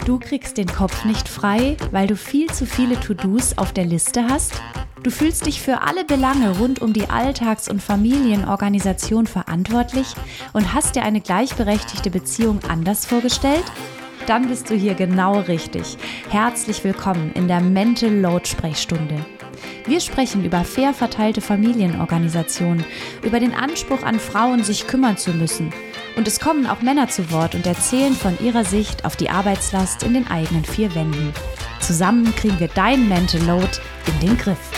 Du kriegst den Kopf nicht frei, weil du viel zu viele To-Dos auf der Liste hast? Du fühlst dich für alle Belange rund um die Alltags- und Familienorganisation verantwortlich und hast dir eine gleichberechtigte Beziehung anders vorgestellt? Dann bist du hier genau richtig. Herzlich willkommen in der Mental Load Sprechstunde. Wir sprechen über fair verteilte Familienorganisationen, über den Anspruch an Frauen, sich kümmern zu müssen. Und es kommen auch Männer zu Wort und erzählen von ihrer Sicht auf die Arbeitslast in den eigenen vier Wänden. Zusammen kriegen wir dein Mental Load in den Griff.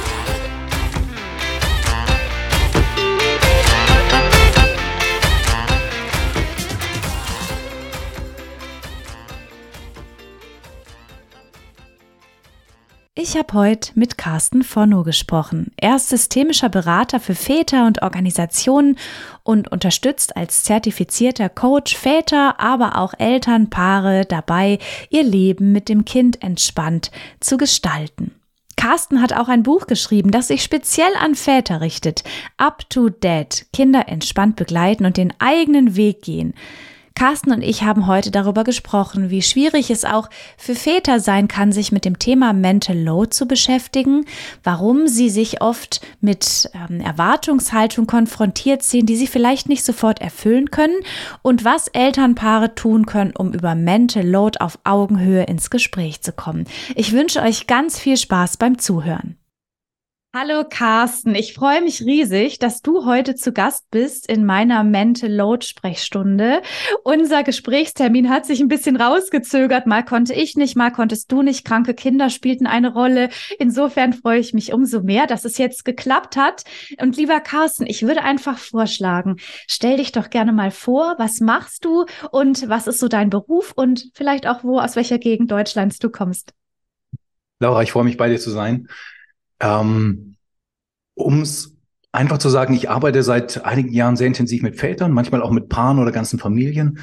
Ich habe heute mit Carsten Vonnoh gesprochen. Er ist systemischer Berater für Väter und Organisationen und unterstützt als zertifizierter Coach Väter, aber auch Elternpaare dabei, ihr Leben mit dem Kind entspannt zu gestalten. Carsten hat auch ein Buch geschrieben, das sich speziell an Väter richtet. Up to Dad, Kinder entspannt begleiten und den eigenen Weg gehen. Carsten und ich haben heute darüber gesprochen, wie schwierig es auch für Väter sein kann, sich mit dem Thema Mental Load zu beschäftigen, warum sie sich oft mit Erwartungshaltung konfrontiert sehen, die sie vielleicht nicht sofort erfüllen können und was Elternpaare tun können, um über Mental Load auf Augenhöhe ins Gespräch zu kommen. Ich wünsche euch ganz viel Spaß beim Zuhören. Hallo Carsten, ich freue mich riesig, dass du heute zu Gast bist in meiner Mental Load Sprechstunde. Unser Gesprächstermin hat sich ein bisschen rausgezögert. Mal konnte ich nicht, mal konntest du nicht. Kranke Kinder spielten eine Rolle. Insofern freue ich mich umso mehr, dass es jetzt geklappt hat. Und lieber Carsten, ich würde einfach vorschlagen, stell dich doch gerne mal vor, was machst du und was ist so dein Beruf und vielleicht auch aus welcher Gegend Deutschlands du kommst. Laura, ich freue mich, bei dir zu sein. Um es einfach zu sagen, ich arbeite seit einigen Jahren sehr intensiv mit Vätern, manchmal auch mit Paaren oder ganzen Familien.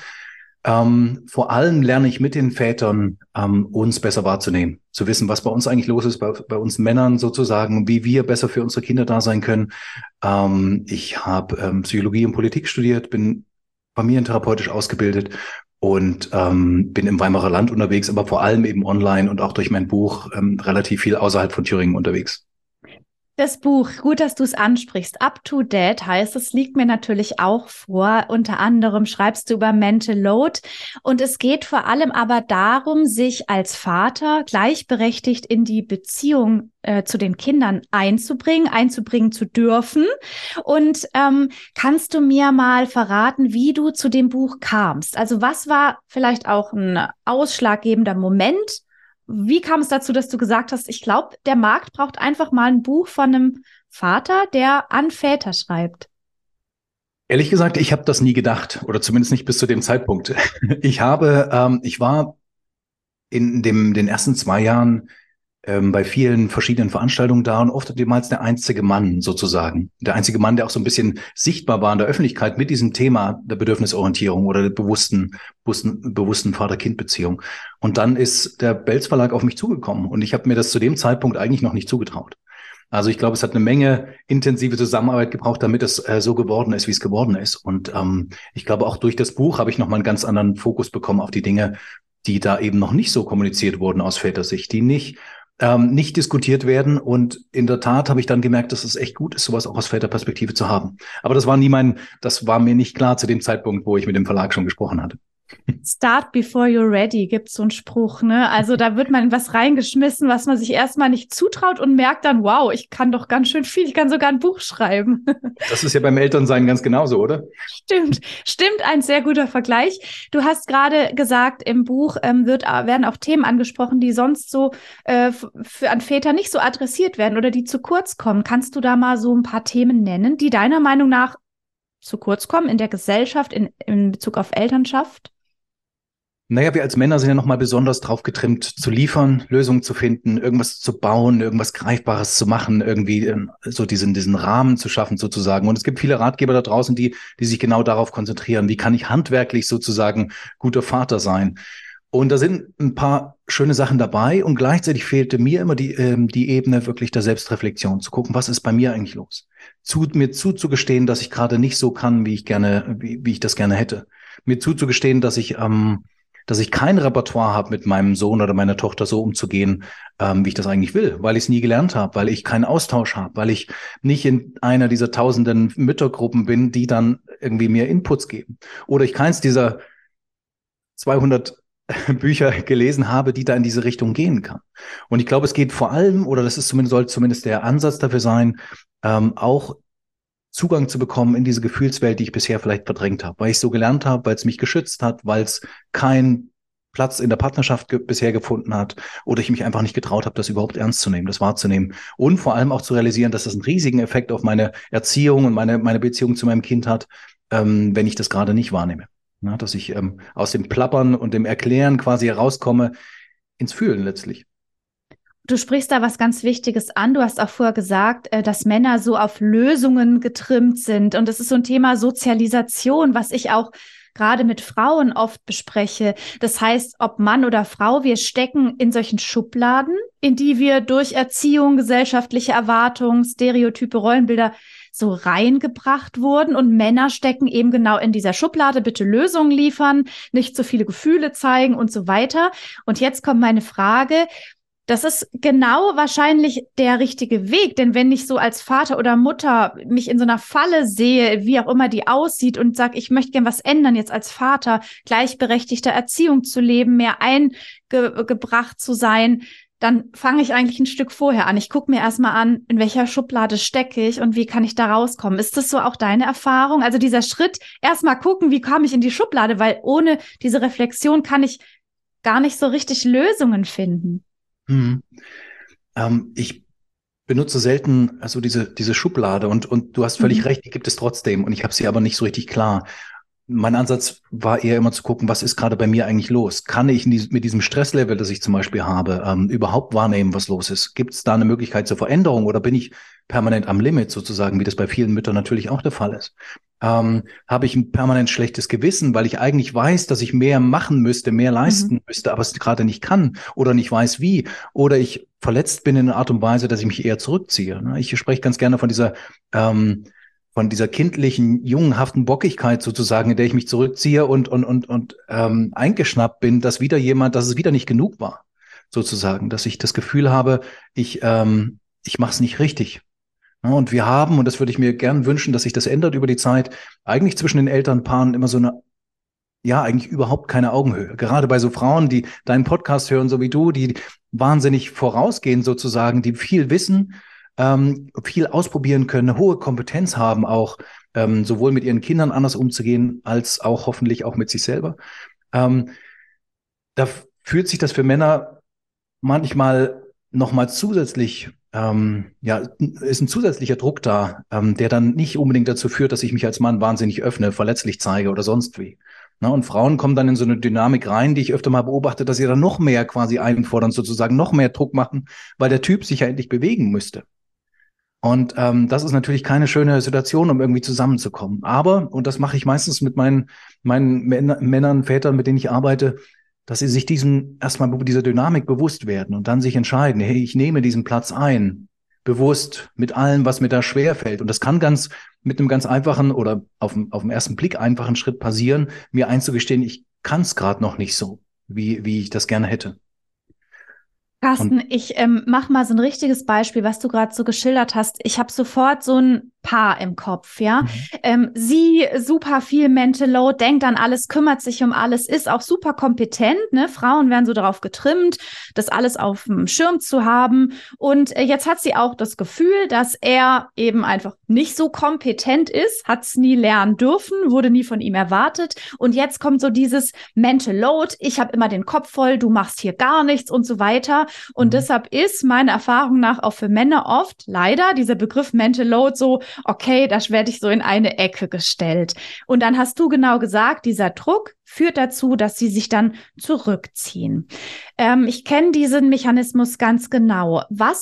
Vor allem lerne ich mit den Vätern, uns besser wahrzunehmen, zu wissen, was bei uns eigentlich los ist, bei uns Männern sozusagen, wie wir besser für unsere Kinder da sein können. Ich habe Psychologie und Politik studiert, bin familientherapeutisch ausgebildet und bin im Weimarer Land unterwegs, aber vor allem eben online und auch durch mein Buch relativ viel außerhalb von Thüringen unterwegs. Das Buch, gut, dass du es ansprichst, Up to Dad heißt, es liegt mir natürlich auch vor. Unter anderem schreibst du über Mental Load und es geht vor allem aber darum, sich als Vater gleichberechtigt in die Beziehung zu den Kindern einzubringen zu dürfen. Und kannst du mir mal verraten, wie du zu dem Buch kamst? Also was war vielleicht auch ein ausschlaggebender Moment? Wie kam es dazu, dass du gesagt hast, ich glaube, der Markt braucht einfach mal ein Buch von einem Vater, der an Väter schreibt? Ehrlich gesagt, ich habe das nie gedacht oder zumindest nicht bis zu dem Zeitpunkt. Ich war in den ersten 2 Jahren bei vielen verschiedenen Veranstaltungen da und oftmals der einzige Mann sozusagen. Der einzige Mann, der auch so ein bisschen sichtbar war in der Öffentlichkeit mit diesem Thema der Bedürfnisorientierung oder der bewussten Vater-Kind-Beziehung. Und dann ist der Belz Verlag auf mich zugekommen und ich habe mir das zu dem Zeitpunkt eigentlich noch nicht zugetraut. Also ich glaube, es hat eine Menge intensive Zusammenarbeit gebraucht, damit es so geworden ist, wie es geworden ist. Und ich glaube, auch durch das Buch habe ich nochmal einen ganz anderen Fokus bekommen auf die Dinge, die da eben noch nicht so kommuniziert wurden aus Vätersicht, die nicht diskutiert werden. Und in der Tat habe ich dann gemerkt, dass es echt gut ist, sowas auch aus Väterperspektive zu haben. Aber das war mir nicht klar zu dem Zeitpunkt, wo ich mit dem Verlag schon gesprochen hatte. Start before you're ready, gibt so einen Spruch, ne? Also da wird man in was reingeschmissen, was man sich erstmal nicht zutraut und merkt dann, wow, ich kann doch ganz schön viel, ich kann sogar ein Buch schreiben. Das ist ja beim Elternsein ganz genauso, oder? Stimmt, ein sehr guter Vergleich. Du hast gerade gesagt, im Buch werden auch Themen angesprochen, die sonst so an Väter nicht so adressiert werden oder die zu kurz kommen. Kannst du da mal so ein paar Themen nennen, die deiner Meinung nach zu kurz kommen in der Gesellschaft, in Bezug auf Elternschaft? Naja, wir als Männer sind ja nochmal besonders drauf getrimmt, zu liefern, Lösungen zu finden, irgendwas zu bauen, irgendwas Greifbares zu machen, irgendwie so diesen Rahmen zu schaffen sozusagen. Und es gibt viele Ratgeber da draußen, die sich genau darauf konzentrieren. Wie kann ich handwerklich sozusagen guter Vater sein? Und da sind ein paar schöne Sachen dabei und gleichzeitig fehlte mir immer die Ebene wirklich der Selbstreflexion, zu gucken, was ist bei mir eigentlich los? Mir zuzugestehen, dass ich gerade nicht so kann, wie ich das gerne hätte. Mir zuzugestehen, dass ich dass ich kein Repertoire habe, mit meinem Sohn oder meiner Tochter so umzugehen, wie ich das eigentlich will, weil ich es nie gelernt habe, weil ich keinen Austausch habe, weil ich nicht in einer dieser tausenden Müttergruppen bin, die dann irgendwie mir Inputs geben. Oder ich keins dieser 200 Bücher gelesen habe, die da in diese Richtung gehen kann. Und ich glaube, es geht vor allem, oder das ist zumindest, soll zumindest der Ansatz dafür sein, auch Zugang zu bekommen in diese Gefühlswelt, die ich bisher vielleicht verdrängt habe, weil ich so gelernt habe, weil es mich geschützt hat, weil es keinen Platz in der Partnerschaft bisher gefunden hat oder ich mich einfach nicht getraut habe, das überhaupt ernst zu nehmen, das wahrzunehmen und vor allem auch zu realisieren, dass das einen riesigen Effekt auf meine Erziehung und meine Beziehung zu meinem Kind hat, wenn ich das gerade nicht wahrnehme. Ja, dass ich aus dem Plappern und dem Erklären quasi herauskomme ins Fühlen letztlich. Du sprichst da was ganz Wichtiges an. Du hast auch vorher gesagt, dass Männer so auf Lösungen getrimmt sind. Und das ist so ein Thema Sozialisation, was ich auch gerade mit Frauen oft bespreche. Das heißt, ob Mann oder Frau, wir stecken in solchen Schubladen, in die wir durch Erziehung, gesellschaftliche Erwartungen, Stereotype, Rollenbilder so reingebracht wurden. Und Männer stecken eben genau in dieser Schublade, bitte Lösungen liefern, nicht so viele Gefühle zeigen und so weiter. Und jetzt kommt meine Frage. Das ist genau wahrscheinlich der richtige Weg, denn wenn ich so als Vater oder Mutter mich in so einer Falle sehe, wie auch immer die aussieht und sage, ich möchte gern was ändern, jetzt als Vater gleichberechtigter Erziehung zu leben, mehr eingebracht zu sein, dann fange ich eigentlich ein Stück vorher an. Ich gucke mir erstmal an, in welcher Schublade stecke ich und wie kann ich da rauskommen. Ist das so auch deine Erfahrung? Also dieser Schritt, erstmal gucken, wie komme ich in die Schublade, weil ohne diese Reflexion kann ich gar nicht so richtig Lösungen finden. Ich benutze selten also diese Schublade und du hast völlig recht, die gibt es trotzdem und ich habe sie aber nicht so richtig klar. Mein Ansatz war eher immer zu gucken, was ist gerade bei mir eigentlich los? Kann ich mit diesem Stresslevel, das ich zum Beispiel habe, überhaupt wahrnehmen, was los ist? Gibt es da eine Möglichkeit zur Veränderung oder bin ich permanent am Limit sozusagen, wie das bei vielen Müttern natürlich auch der Fall ist? Habe ich ein permanent schlechtes Gewissen, weil ich eigentlich weiß, dass ich mehr machen müsste, mehr leisten müsste, aber es gerade nicht kann oder nicht weiß wie, oder ich verletzt bin in einer Art und Weise, dass ich mich eher zurückziehe. Ich spreche ganz gerne von dieser kindlichen, jungenhaften Bockigkeit sozusagen, in der ich mich zurückziehe und eingeschnappt bin, dass es wieder nicht genug war, sozusagen, dass ich das Gefühl habe, ich mache es nicht richtig. Ja, und wir haben, und das würde ich mir gern wünschen, dass sich das ändert über die Zeit, eigentlich zwischen den Elternpaaren immer so eine, ja, eigentlich überhaupt keine Augenhöhe. Gerade bei so Frauen, die deinen Podcast hören, so wie du, die wahnsinnig vorausgehen sozusagen, die viel wissen, viel ausprobieren können, eine hohe Kompetenz haben, auch sowohl mit ihren Kindern anders umzugehen, als auch hoffentlich auch mit sich selber. Da fühlt sich das für Männer manchmal nochmal zusätzlich, ist ein zusätzlicher Druck da, der dann nicht unbedingt dazu führt, dass ich mich als Mann wahnsinnig öffne, verletzlich zeige oder sonst wie. Na, und Frauen kommen dann in so eine Dynamik rein, die ich öfter mal beobachte, dass sie dann noch mehr quasi einfordern, sozusagen noch mehr Druck machen, weil der Typ sich ja endlich bewegen müsste. Und das ist natürlich keine schöne Situation, um irgendwie zusammenzukommen. Aber, und das mache ich meistens mit meinen Männern, Vätern, mit denen ich arbeite, dass sie sich erstmal dieser Dynamik bewusst werden und dann sich entscheiden, hey, ich nehme diesen Platz ein, bewusst, mit allem, was mir da schwerfällt. Und das kann mit einem ganz einfachen oder auf den ersten Blick einfachen Schritt passieren, mir einzugestehen, ich kann es gerade noch nicht so, wie ich das gerne hätte. Carsten, ich mach mal so ein richtiges Beispiel, was du gerade so geschildert hast. Ich habe sofort so ein Paar im Kopf, ja. Sie super viel Mental Load, denkt an alles, kümmert sich um alles, ist auch super kompetent, ne? Frauen werden so darauf getrimmt, das alles auf dem Schirm zu haben. Und jetzt hat sie auch das Gefühl, dass er eben einfach nicht so kompetent ist, hat es nie lernen dürfen, wurde nie von ihm erwartet. Und jetzt kommt so dieses Mental Load, ich habe immer den Kopf voll, du machst hier gar nichts und so weiter. Und deshalb ist meiner Erfahrung nach auch für Männer oft leider dieser Begriff Mental Load so, okay, das werde ich so in eine Ecke gestellt. Und dann hast du genau gesagt, dieser Druck führt dazu, dass sie sich dann zurückziehen. Ich kenne diesen Mechanismus ganz genau. Was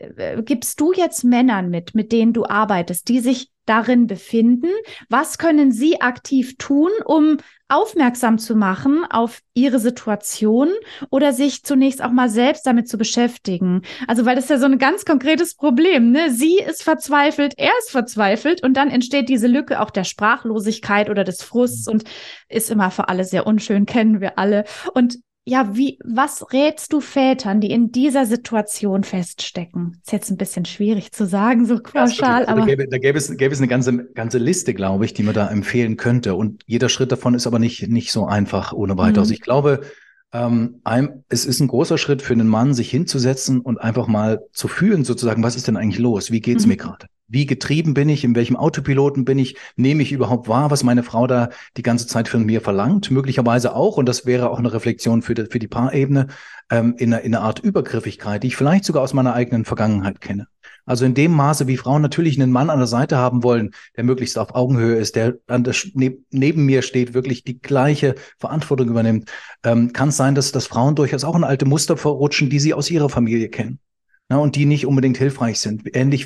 gibst du jetzt Männern mit denen du arbeitest, die sich darin befinden? Was können sie aktiv tun, um aufmerksam zu machen auf ihre Situation oder sich zunächst auch mal selbst damit zu beschäftigen? Also, weil das ist ja so ein ganz konkretes Problem, ne? Sie ist verzweifelt, er ist verzweifelt und dann entsteht diese Lücke auch der Sprachlosigkeit oder des Frusts und ist immer für alle sehr unschön, kennen wir alle. Und ja, was rätst du Vätern, die in dieser Situation feststecken? Ist jetzt ein bisschen schwierig zu sagen, so pauschal, also aber da gäbe es eine ganze Liste, glaube ich, die man da empfehlen könnte. Und jeder Schritt davon ist aber nicht so einfach ohne weiteres. Ich glaube, es ist ein großer Schritt für einen Mann, sich hinzusetzen und einfach mal zu fühlen, sozusagen, was ist denn eigentlich los? Wie geht's mir gerade? Wie getrieben bin ich? In welchem Autopiloten bin ich? Nehme ich überhaupt wahr, was meine Frau da die ganze Zeit von mir verlangt? Möglicherweise auch, und das wäre auch eine Reflexion für die Paarebene, in einer Art Übergriffigkeit, die ich vielleicht sogar aus meiner eigenen Vergangenheit kenne. Also in dem Maße, wie Frauen natürlich einen Mann an der Seite haben wollen, der möglichst auf Augenhöhe ist, der neben mir steht, wirklich die gleiche Verantwortung übernimmt, kann es sein, dass Frauen durchaus auch in alte Muster verrutschen, die sie aus ihrer Familie kennen, ja, und die nicht unbedingt hilfreich sind. Ähnlich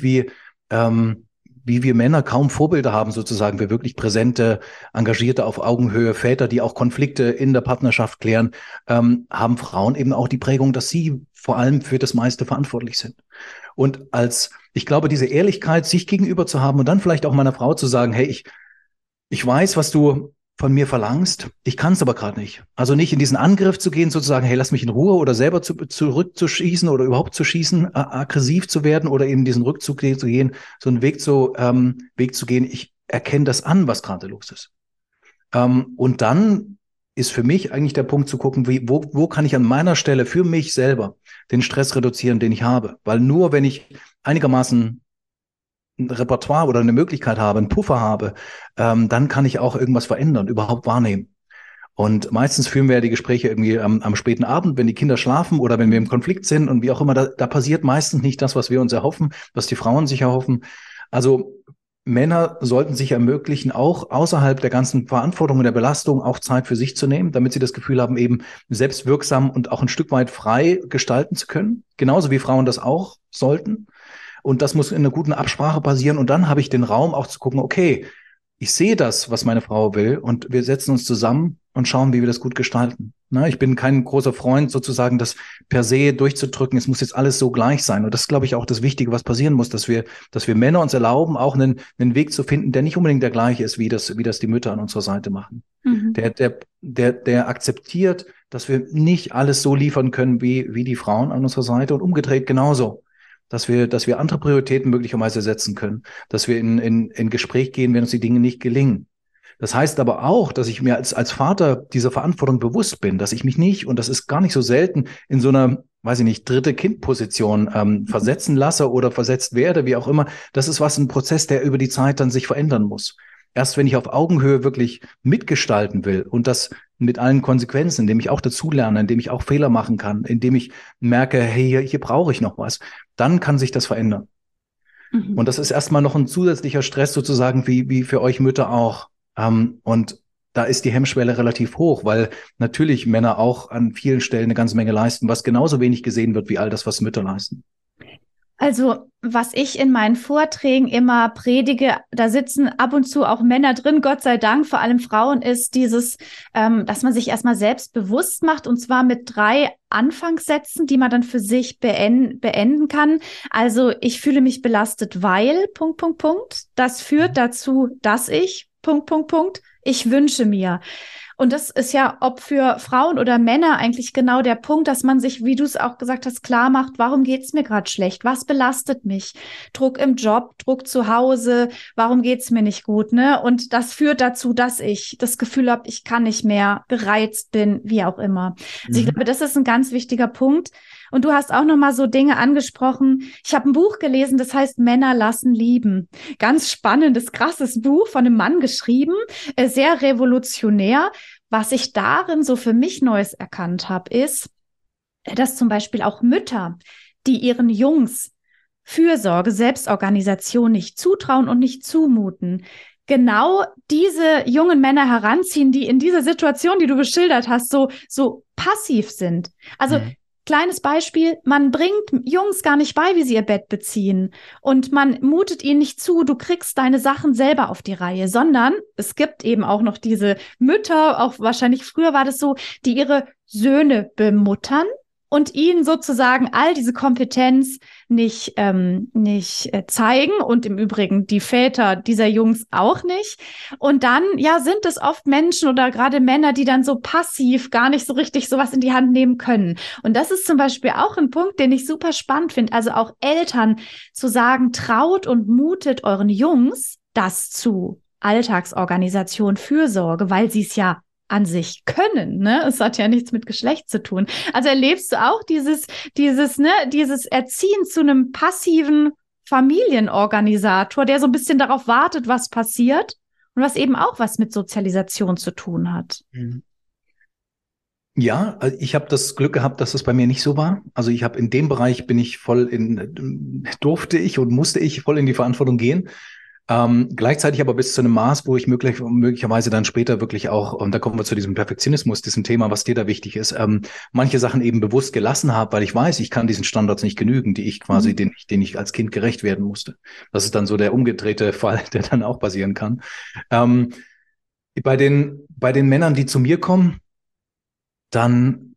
wie wir Männer kaum Vorbilder haben, sozusagen, wir wirklich präsente, engagierte, auf Augenhöhe Väter, die auch Konflikte in der Partnerschaft klären, haben Frauen eben auch die Prägung, dass sie vor allem für das meiste verantwortlich sind. Und ich glaube, diese Ehrlichkeit, sich gegenüber zu haben und dann vielleicht auch meiner Frau zu sagen, hey, ich weiß, was du von mir verlangst, ich kann es aber gerade nicht. Also nicht in diesen Angriff zu gehen, sozusagen, hey, lass mich in Ruhe oder selber zurückzuschießen oder überhaupt zu schießen, aggressiv zu werden oder eben diesen Rückzug zu gehen, so einen Weg zu gehen, ich erkenne das an, was gerade los ist. Und dann ist für mich eigentlich der Punkt zu gucken, wo kann ich an meiner Stelle für mich selber den Stress reduzieren, den ich habe. Weil nur wenn ich einigermaßen ein Repertoire oder eine Möglichkeit habe, einen Puffer habe, dann kann ich auch irgendwas verändern, überhaupt wahrnehmen. Und meistens führen wir ja die Gespräche irgendwie am späten Abend, wenn die Kinder schlafen oder wenn wir im Konflikt sind und wie auch immer, da passiert meistens nicht das, was wir uns erhoffen, was die Frauen sich erhoffen. Also Männer sollten sich ermöglichen, auch außerhalb der ganzen Verantwortung und der Belastung auch Zeit für sich zu nehmen, damit sie das Gefühl haben, eben selbstwirksam und auch ein Stück weit frei gestalten zu können. Genauso wie Frauen das auch sollten. Und das muss in einer guten Absprache passieren. Und dann habe ich den Raum auch zu gucken, okay, ich sehe das, was meine Frau will, und wir setzen uns zusammen und schauen, wie wir das gut gestalten. Na, ich bin kein großer Freund, sozusagen das per se durchzudrücken. Es muss jetzt alles so gleich sein. Und das ist, glaube ich, auch das Wichtige, was passieren muss, dass wir Männer uns erlauben, auch einen Weg zu finden, der nicht unbedingt der gleiche ist, wie das die Mütter an unserer Seite machen. Der akzeptiert, dass wir nicht alles so liefern können, wie die Frauen an unserer Seite, und umgedreht genauso. Dass wir andere Prioritäten möglicherweise setzen können, dass wir in Gespräch gehen, wenn uns die Dinge nicht gelingen. Das heißt aber auch, dass ich mir als Vater dieser Verantwortung bewusst bin, dass ich mich nicht, und das ist gar nicht so selten, in so einer, weiß ich nicht, dritte Kindposition versetzen lasse oder versetzt werde, wie auch immer. Das ist ein Prozess, der über die Zeit dann sich verändern muss. Erst wenn ich auf Augenhöhe wirklich mitgestalten will und das mit allen Konsequenzen, indem ich auch dazulerne, indem ich auch Fehler machen kann, indem ich merke, hey, hier brauche ich noch was, dann kann sich das verändern. Und das ist erstmal noch ein zusätzlicher Stress sozusagen, wie für euch Mütter auch. Und da ist die Hemmschwelle relativ hoch, weil natürlich Männer auch an vielen Stellen eine ganze Menge leisten, was genauso wenig gesehen wird wie all das, was Mütter leisten. Also, was ich in meinen Vorträgen immer predige, da sitzen ab und zu auch Männer drin, Gott sei Dank, vor allem Frauen, ist dieses, dass man sich erstmal selbst bewusst macht, und zwar mit 3 Anfangssätzen, die man dann für sich beenden kann. Also, ich fühle mich belastet, weil, ... Das führt dazu, dass ich, ... Ich wünsche mir. Und das ist ja, ob für Frauen oder Männer, eigentlich genau der Punkt, dass man sich, wie du es auch gesagt hast, klar macht, warum geht's mir gerade schlecht? Was belastet mich? Druck im Job, Druck zu Hause, warum geht's mir nicht gut, ne? Und das führt dazu, dass ich das Gefühl habe, ich kann nicht mehr, gereizt bin, wie auch immer. Also ich glaube, das ist ein ganz wichtiger Punkt. Und du hast auch noch mal so Dinge angesprochen. Ich habe ein Buch gelesen, das heißt Männer lassen lieben. Ganz spannendes, krasses Buch von einem Mann geschrieben, sehr revolutionär. Was ich darin so für mich Neues erkannt habe, ist, dass zum Beispiel auch Mütter, die ihren Jungs Fürsorge, Selbstorganisation nicht zutrauen und nicht zumuten, genau diese jungen Männer heranziehen, die in dieser Situation, die du beschildert hast, so passiv sind. Also kleines Beispiel, man bringt Jungs gar nicht bei, wie sie ihr Bett beziehen und man mutet ihnen nicht zu, du kriegst deine Sachen selber auf die Reihe, sondern es gibt eben auch noch diese Mütter, auch wahrscheinlich früher war das so, die ihre Söhne bemuttern und ihnen sozusagen all diese Kompetenz nicht zeigen und im Übrigen die Väter dieser Jungs auch nicht. Und dann, ja, sind es oft Menschen oder gerade Männer, die dann so passiv gar nicht so richtig sowas in die Hand nehmen können. Und das ist zum Beispiel auch ein Punkt, den ich super spannend finde. Also auch Eltern zu sagen, traut und mutet euren Jungs das zu. Alltagsorganisation, Fürsorge, weil sie es ja an sich können, ne? Es hat ja nichts mit Geschlecht zu tun. Also erlebst du auch dieses Erziehen zu einem passiven Familienorganisator, der so ein bisschen darauf wartet, was passiert und was eben auch was mit Sozialisation zu tun hat. Ja, ich habe das Glück gehabt, dass das bei mir nicht so war. Also ich habe in dem Bereich durfte ich und musste ich voll in die Verantwortung gehen. Gleichzeitig aber bis zu einem Maß, wo ich möglicherweise dann später wirklich auch, und da kommen wir zu diesem Perfektionismus, diesem Thema, was dir da wichtig ist, manche Sachen eben bewusst gelassen habe, weil ich weiß, ich kann diesen Standards nicht genügen, die ich quasi, den ich als Kind gerecht werden musste. Das ist dann so der umgedrehte Fall, der dann auch passieren kann. Bei den Männern, die zu mir kommen, dann,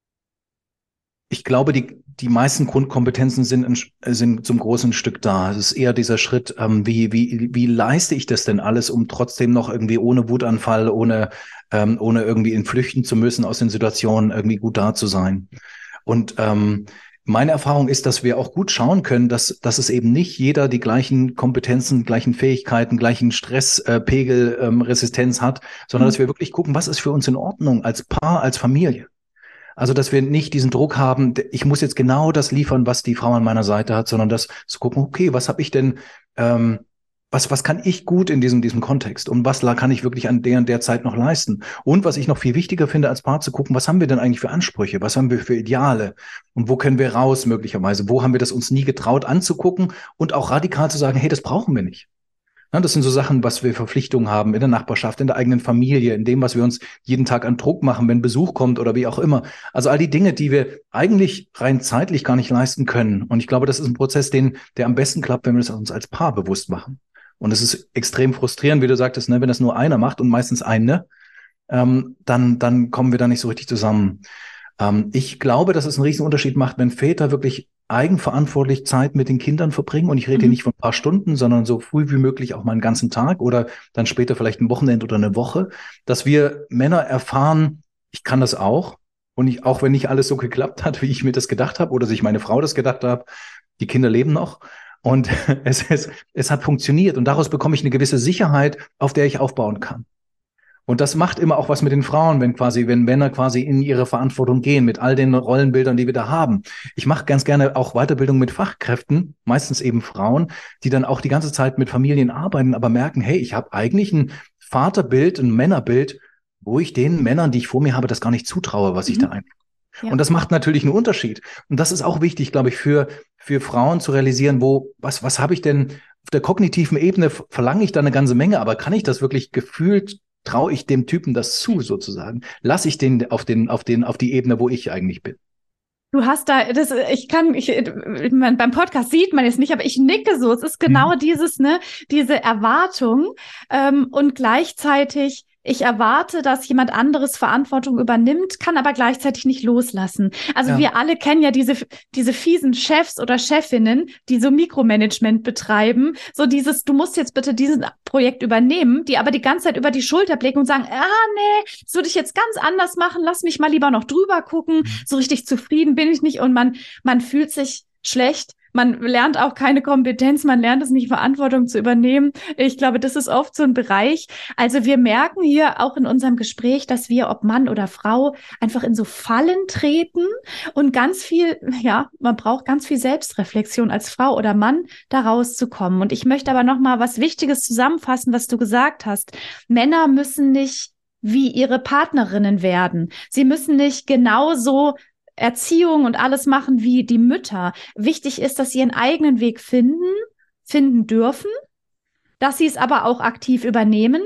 ich glaube, die meisten Grundkompetenzen sind zum großen Stück da. Es ist eher dieser Schritt, wie leiste ich das denn alles, um trotzdem noch irgendwie ohne Wutanfall, ohne irgendwie flüchten zu müssen aus den Situationen, irgendwie gut da zu sein. Und meine Erfahrung ist, dass wir auch gut schauen können, dass es eben nicht jeder die gleichen Kompetenzen, gleichen Fähigkeiten, gleichen Stresspegel, Resistenz hat, sondern dass wir wirklich gucken, was ist für uns in Ordnung als Paar, als Familie. Also, dass wir nicht diesen Druck haben, ich muss jetzt genau das liefern, was die Frau an meiner Seite hat, sondern das zu gucken, okay, was habe ich denn, was kann ich gut in diesem Kontext und was kann ich wirklich an der Zeit noch leisten? Und was ich noch viel wichtiger finde als Paar zu gucken, was haben wir denn eigentlich für Ansprüche? Was haben wir für Ideale? Und wo können wir raus möglicherweise? Wo haben wir das uns nie getraut anzugucken und auch radikal zu sagen, hey, das brauchen wir nicht. Ja, das sind so Sachen, was wir Verpflichtungen haben in der Nachbarschaft, in der eigenen Familie, in dem, was wir uns jeden Tag an Druck machen, wenn Besuch kommt oder wie auch immer. Also all die Dinge, die wir eigentlich rein zeitlich gar nicht leisten können. Und ich glaube, das ist ein Prozess, der am besten klappt, wenn wir es uns als Paar bewusst machen. Und es ist extrem frustrierend, wie du sagtest, ne, wenn das nur einer macht und meistens eine, dann kommen wir da nicht so richtig zusammen. Ich glaube, dass es einen riesen Unterschied macht, wenn Väter wirklich eigenverantwortlich Zeit mit den Kindern verbringen. Und ich rede hier nicht von ein paar Stunden, sondern so früh wie möglich auch mal einen ganzen Tag oder dann später vielleicht ein Wochenende oder eine Woche, dass wir Männer erfahren, ich kann das auch. Und auch wenn nicht alles so geklappt hat, wie ich mir das gedacht habe oder sich meine Frau das gedacht hat, die Kinder leben noch. Und es hat funktioniert. Und daraus bekomme ich eine gewisse Sicherheit, auf der ich aufbauen kann. Und das macht immer auch was mit den Frauen, wenn Männer quasi in ihre Verantwortung gehen, mit all den Rollenbildern, die wir da haben. Ich mache ganz gerne auch Weiterbildung mit Fachkräften, meistens eben Frauen, die dann auch die ganze Zeit mit Familien arbeiten, aber merken, hey, ich habe eigentlich ein Vaterbild, ein Männerbild, wo ich den Männern, die ich vor mir habe, das gar nicht zutraue, was ich da einbringe. Ja. Und das macht natürlich einen Unterschied. Und das ist auch wichtig, glaube ich, für Frauen zu realisieren, was habe ich denn auf der kognitiven Ebene, verlange ich da eine ganze Menge, aber kann ich das wirklich gefühlt, traue ich dem Typen das zu, sozusagen? Lasse ich den auf die Ebene, wo ich eigentlich bin? Du hast da, beim Podcast sieht man es nicht, aber ich nicke so. Es ist genau diese Erwartung, und gleichzeitig ich erwarte, dass jemand anderes Verantwortung übernimmt, kann aber gleichzeitig nicht loslassen. Also wir alle kennen ja diese fiesen Chefs oder Chefinnen, die so Mikromanagement betreiben. So du musst jetzt bitte dieses Projekt übernehmen, die aber die ganze Zeit über die Schulter blicken und sagen, nee, das würde ich jetzt ganz anders machen, lass mich mal lieber noch drüber gucken. So richtig zufrieden bin ich nicht und man fühlt sich schlecht. Man lernt auch keine Kompetenz, man lernt es nicht, Verantwortung zu übernehmen. Ich glaube, das ist oft so ein Bereich. Also wir merken hier auch in unserem Gespräch, dass wir, ob Mann oder Frau, einfach in so Fallen treten und ganz viel, man braucht ganz viel Selbstreflexion als Frau oder Mann, da rauszukommen. Und ich möchte aber noch mal was Wichtiges zusammenfassen, was du gesagt hast. Männer müssen nicht wie ihre Partnerinnen werden. Sie müssen nicht genauso Erziehung und alles machen wie die Mütter. Wichtig ist, dass sie ihren eigenen Weg finden dürfen, dass sie es aber auch aktiv übernehmen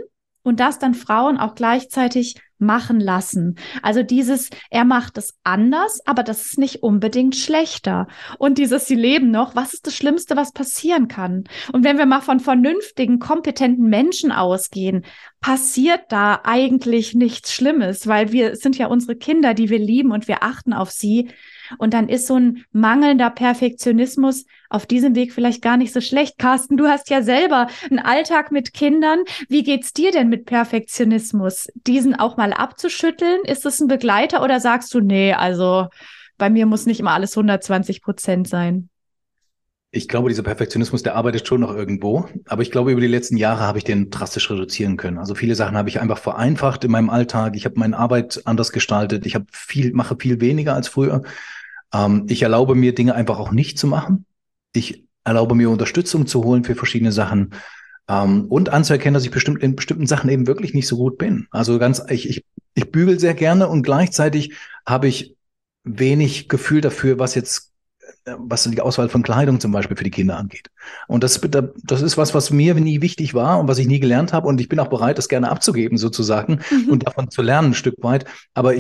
Und das dann Frauen auch gleichzeitig machen lassen. Also dieses, er macht es anders, aber das ist nicht unbedingt schlechter. Und dieses, sie leben noch, was ist das Schlimmste, was passieren kann? Und wenn wir mal von vernünftigen, kompetenten Menschen ausgehen, passiert da eigentlich nichts Schlimmes, weil wir sind ja unsere Kinder, die wir lieben und wir achten auf sie. Und dann ist so ein mangelnder Perfektionismus auf diesem Weg vielleicht gar nicht so schlecht. Carsten, du hast ja selber einen Alltag mit Kindern. Wie geht's dir denn mit Perfektionismus? Diesen auch mal abzuschütteln? Ist es ein Begleiter oder sagst du, nee, also bei mir muss nicht immer alles 120% sein? Ich glaube, dieser Perfektionismus, der arbeitet schon noch irgendwo. Aber ich glaube, über die letzten Jahre habe ich den drastisch reduzieren können. Also viele Sachen habe ich einfach vereinfacht in meinem Alltag. Ich habe meine Arbeit anders gestaltet. Mache viel weniger als früher. Ich erlaube mir, Dinge einfach auch nicht zu machen. Ich erlaube mir, Unterstützung zu holen für verschiedene Sachen. Und anzuerkennen, dass ich in bestimmten Sachen eben wirklich nicht so gut bin. Also ich bügel sehr gerne und gleichzeitig habe ich wenig Gefühl dafür, was die Auswahl von Kleidung zum Beispiel für die Kinder angeht. Und das ist was mir nie wichtig war und was ich nie gelernt habe. Und ich bin auch bereit, das gerne abzugeben sozusagen und davon zu lernen ein Stück weit. Aber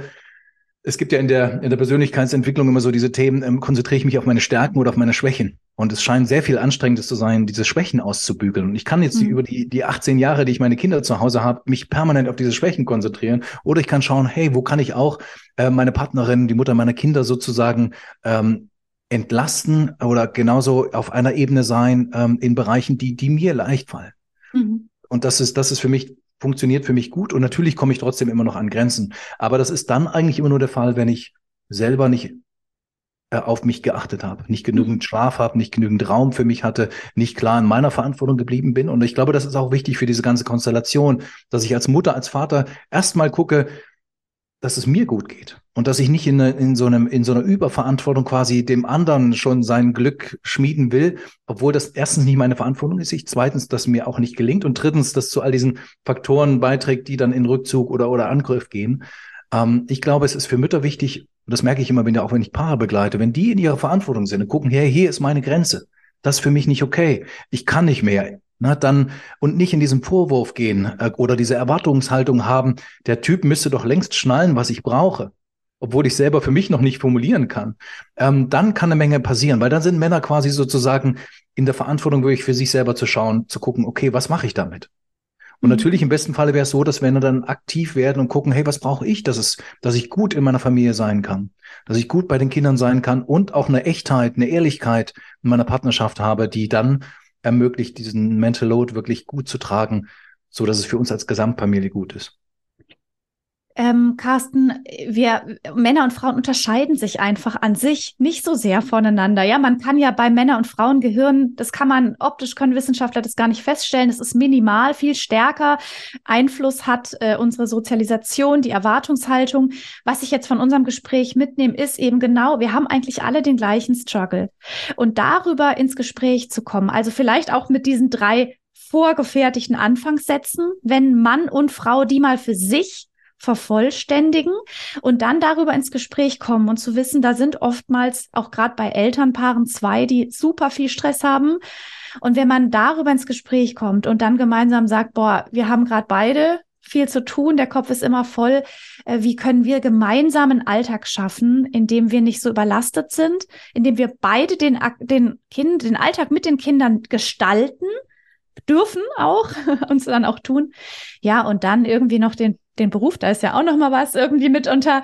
es gibt ja in der Persönlichkeitsentwicklung immer so diese Themen, konzentriere ich mich auf meine Stärken oder auf meine Schwächen? Und es scheint sehr viel anstrengendes zu sein, diese Schwächen auszubügeln. Und ich kann jetzt über die 18 Jahre, die ich meine Kinder zu Hause habe, mich permanent auf diese Schwächen konzentrieren. Oder ich kann schauen, hey, wo kann ich auch meine Partnerin, die Mutter meiner Kinder sozusagen entlasten oder genauso auf einer Ebene sein in Bereichen, die mir leicht fallen. Mhm. Und das ist funktioniert für mich gut und natürlich komme ich trotzdem immer noch an Grenzen. Aber das ist dann eigentlich immer nur der Fall, wenn ich selber nicht auf mich geachtet habe, nicht genügend Schlaf habe, nicht genügend Raum für mich hatte, nicht klar in meiner Verantwortung geblieben bin. Und ich glaube, das ist auch wichtig für diese ganze Konstellation, dass ich als Mutter, als Vater erstmal gucke, dass es mir gut geht und dass ich nicht in so einer Überverantwortung quasi dem anderen schon sein Glück schmieden will, obwohl das erstens nicht meine Verantwortung ist, zweitens, dass mir auch nicht gelingt und drittens, dass zu all diesen Faktoren beiträgt, die dann in Rückzug oder Angriff gehen. Ich glaube, es ist für Mütter wichtig, und das merke ich immer, wenn ich Paare begleite, wenn die in ihrer Verantwortung sind und gucken, hey, hier ist meine Grenze, das ist für mich nicht okay, ich kann nicht mehr. Na, dann und nicht in diesen Vorwurf gehen oder diese Erwartungshaltung haben, der Typ müsste doch längst schnallen, was ich brauche, obwohl ich selber für mich noch nicht formulieren kann. Dann kann eine Menge passieren, weil dann sind Männer quasi sozusagen in der Verantwortung, wirklich für sich selber zu schauen, zu gucken, okay, was mache ich damit? Und natürlich im besten Falle wäre es so, dass Männer dann aktiv werden und gucken, hey, was brauche ich, dass ich gut in meiner Familie sein kann, dass ich gut bei den Kindern sein kann und auch eine Echtheit, eine Ehrlichkeit in meiner Partnerschaft habe, die dann ermöglicht, diesen Mental Load wirklich gut zu tragen, so dass es für uns als Gesamtfamilie gut ist. Carsten, Männer und Frauen unterscheiden sich einfach an sich nicht so sehr voneinander. Ja, man kann ja bei Männer- und Frauengehirn, optisch können Wissenschaftler das gar nicht feststellen. Es ist minimal, viel stärker. Einfluss hat unsere Sozialisation, die Erwartungshaltung. Was ich jetzt von unserem Gespräch mitnehme, ist eben genau, wir haben eigentlich alle den gleichen Struggle. Und darüber ins Gespräch zu kommen, also vielleicht auch mit diesen 3 vorgefertigten Anfangssätzen, wenn Mann und Frau die mal für sich vervollständigen und dann darüber ins Gespräch kommen und zu wissen, da sind oftmals auch gerade bei Elternpaaren 2, die super viel Stress haben. Und wenn man darüber ins Gespräch kommt und dann gemeinsam sagt, boah, wir haben gerade beide viel zu tun, der Kopf ist immer voll, wie können wir gemeinsam einen Alltag schaffen, in dem wir nicht so überlastet sind, in dem wir beide den Alltag mit den Kindern gestalten, dürfen auch, uns dann auch tun. Ja, und dann irgendwie noch den Beruf, da ist ja auch noch mal was irgendwie mit unter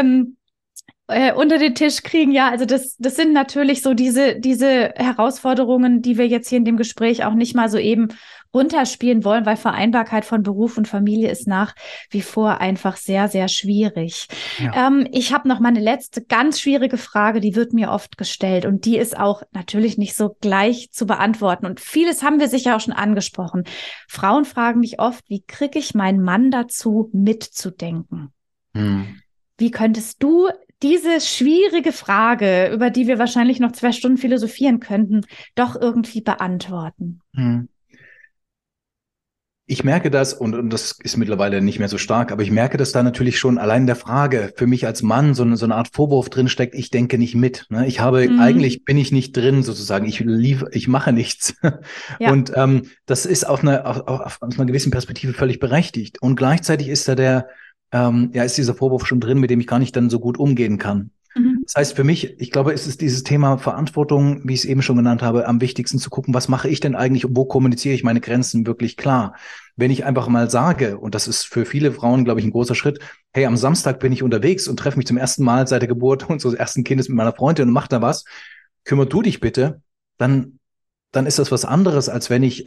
den Tisch kriegen. Ja, also das sind natürlich so diese Herausforderungen, die wir jetzt hier in dem Gespräch auch nicht mal so eben runterspielen wollen, weil Vereinbarkeit von Beruf und Familie ist nach wie vor einfach sehr, sehr schwierig. Ja. Ich habe noch mal eine letzte ganz schwierige Frage, die wird mir oft gestellt und die ist auch natürlich nicht so gleich zu beantworten und vieles haben wir sicher auch schon angesprochen. Frauen fragen mich oft, wie kriege ich meinen Mann dazu, mitzudenken? Wie könntest du diese schwierige Frage, über die wir wahrscheinlich noch 2 Stunden philosophieren könnten, doch irgendwie beantworten? Ich merke das, und das ist mittlerweile nicht mehr so stark, aber ich merke, dass da natürlich schon allein in der Frage für mich als Mann so eine Art Vorwurf drin steckt, ich denke nicht mit. Ne? Eigentlich bin ich nicht drin sozusagen, ich mache nichts. Ja. Und das ist aus einer gewissen Perspektive völlig berechtigt. Und gleichzeitig ist da ist dieser Vorwurf schon drin, mit dem ich gar nicht dann so gut umgehen kann. Mhm. Das heißt für mich, ich glaube, es ist dieses Thema Verantwortung, wie ich es eben schon genannt habe, am wichtigsten zu gucken, was mache ich denn eigentlich und wo kommuniziere ich meine Grenzen wirklich klar? Wenn ich einfach mal sage, und das ist für viele Frauen, glaube ich, ein großer Schritt, hey, am Samstag bin ich unterwegs und treffe mich zum ersten Mal seit der Geburt unseres ersten Kindes mit meiner Freundin und mach da was, kümmer du dich bitte, dann ist das was anderes, als wenn ich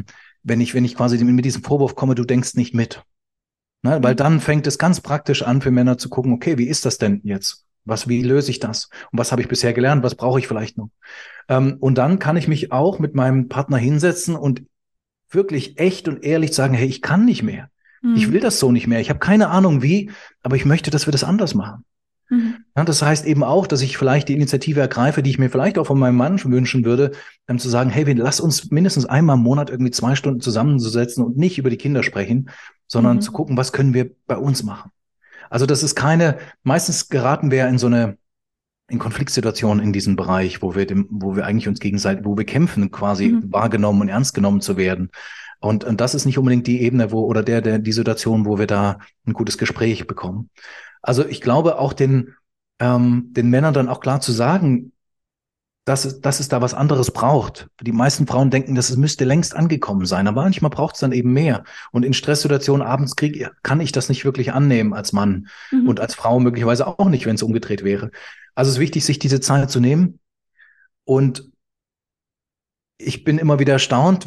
quasi mit diesem Vorwurf komme, du denkst nicht mit. Ne? Weil dann fängt es ganz praktisch an für Männer zu gucken, okay, wie ist das denn jetzt? Wie löse ich das? Und was habe ich bisher gelernt? Was brauche ich vielleicht noch? Und dann kann ich mich auch mit meinem Partner hinsetzen und wirklich echt und ehrlich sagen, hey, ich kann nicht mehr. Ich will das so nicht mehr. Ich habe keine Ahnung wie, aber ich möchte, dass wir das anders machen. Ja, das heißt eben auch, dass ich vielleicht die Initiative ergreife, die ich mir vielleicht auch von meinem Mann wünschen würde, zu sagen, hey, lass uns mindestens einmal im Monat irgendwie 2 Stunden zusammenzusetzen und nicht über die Kinder sprechen, sondern zu gucken, was können wir bei uns machen. Also das ist meistens geraten wir in Konfliktsituationen in diesem Bereich, wo wir eigentlich uns gegenseitig, wo wir kämpfen, quasi wahrgenommen und ernst genommen zu werden. Und das ist nicht unbedingt die Ebene, die Situation, wo wir da ein gutes Gespräch bekommen. Also ich glaube auch den Männern dann auch klar zu sagen, dass es da was anderes braucht. Die meisten Frauen denken, dass es müsste längst angekommen sein, aber manchmal braucht es dann eben mehr. Und in Stresssituationen abends kann ich das nicht wirklich annehmen als Mann und als Frau möglicherweise auch nicht, wenn es umgedreht wäre. Also es ist wichtig, sich diese Zeit zu nehmen. Und ich bin immer wieder erstaunt,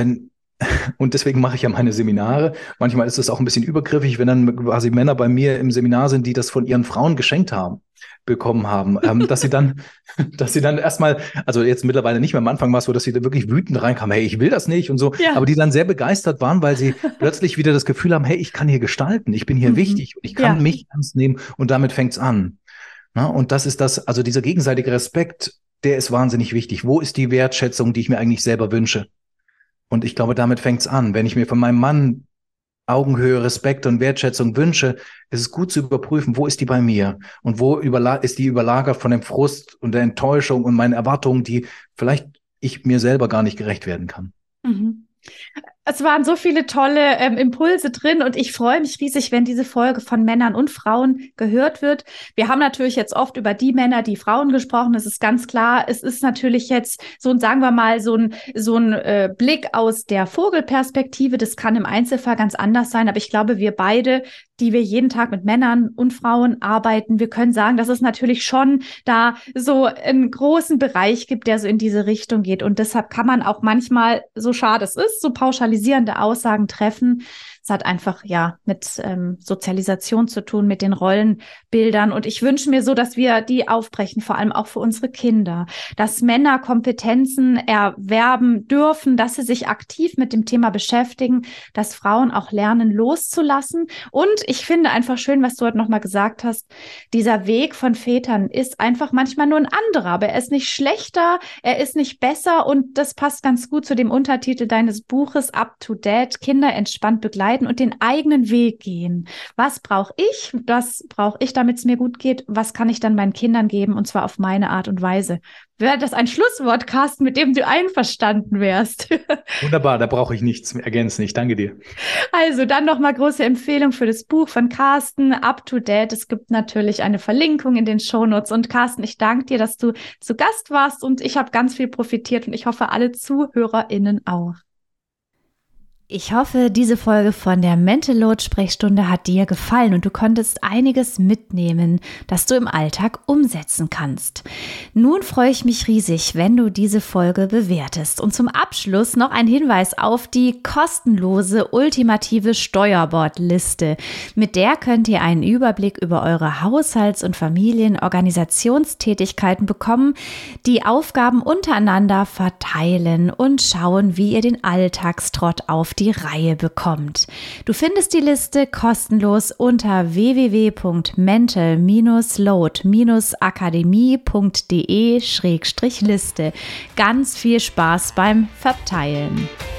und deswegen mache ich ja meine Seminare. Manchmal ist es auch ein bisschen übergriffig, wenn dann quasi Männer bei mir im Seminar sind, die das von ihren Frauen bekommen haben, dass sie dann erstmal, also jetzt mittlerweile nicht mehr, am Anfang war es so, dass sie da wirklich wütend reinkamen, hey, ich will das nicht und so, aber die dann sehr begeistert waren, weil sie plötzlich wieder das Gefühl haben, hey, ich kann hier gestalten, ich bin hier wichtig und ich kann mich ernst nehmen und damit fängt's an. Na, und das ist also dieser gegenseitige Respekt, der ist wahnsinnig wichtig. Wo ist die Wertschätzung, die ich mir eigentlich selber wünsche? Und ich glaube, damit fängt's an. Wenn ich mir von meinem Mann Augenhöhe, Respekt und Wertschätzung wünsche, ist es gut zu überprüfen, wo ist die bei mir? Und wo ist die überlagert von dem Frust und der Enttäuschung und meinen Erwartungen, die vielleicht ich mir selber gar nicht gerecht werden kann. Es waren so viele tolle Impulse drin und ich freue mich riesig, wenn diese Folge von Männern und Frauen gehört wird. Wir haben natürlich jetzt oft über die Männer, die Frauen gesprochen. Das ist ganz klar. Es ist natürlich jetzt sagen wir mal, so ein Blick aus der Vogelperspektive. Das kann im Einzelfall ganz anders sein. Aber ich glaube, wir beide, die wir jeden Tag mit Männern und Frauen arbeiten, wir können sagen, dass es natürlich schon da so einen großen Bereich gibt, der so in diese Richtung geht. Und deshalb kann man auch manchmal, so schade es ist, so pauschalisierende Aussagen treffen. Es hat einfach mit Sozialisation zu tun, mit den Rollenbildern. Und ich wünsche mir so, dass wir die aufbrechen, vor allem auch für unsere Kinder, dass Männer Kompetenzen erwerben dürfen, dass sie sich aktiv mit dem Thema beschäftigen, dass Frauen auch lernen, loszulassen. Und ich finde einfach schön, was du heute nochmal gesagt hast, dieser Weg von Vätern ist einfach manchmal nur ein anderer, aber er ist nicht schlechter, er ist nicht besser und das passt ganz gut zu dem Untertitel deines Buches, Up to Dad, Kinder entspannt begleiten und den eigenen Weg gehen. Was brauche ich? Was brauche ich, damit es mir gut geht? Was kann ich dann meinen Kindern geben? Und zwar auf meine Art und Weise. Wäre das ein Schlusswort, Carsten, mit dem du einverstanden wärst? Wunderbar, da brauche ich nichts ergänzen. Ich danke dir. Also dann nochmal große Empfehlung für das Buch von Carsten, Up to Date. Es gibt natürlich eine Verlinkung in den Shownotes. Und Carsten, ich danke dir, dass du zu Gast warst und ich habe ganz viel profitiert und ich hoffe, alle ZuhörerInnen auch. Ich hoffe, diese Folge von der Mental Load Sprechstunde hat dir gefallen und du konntest einiges mitnehmen, das du im Alltag umsetzen kannst. Nun freue ich mich riesig, wenn du diese Folge bewertest. Und zum Abschluss noch ein Hinweis auf die kostenlose ultimative Steuerbordliste. Mit der könnt ihr einen Überblick über eure Haushalts- und Familienorganisationstätigkeiten bekommen, die Aufgaben untereinander verteilen und schauen, wie ihr den Alltagstrott auf die Reihe bekommt. Du findest die Liste kostenlos unter www.mental-load-akademie.de/Liste. Ganz viel Spaß beim Verteilen.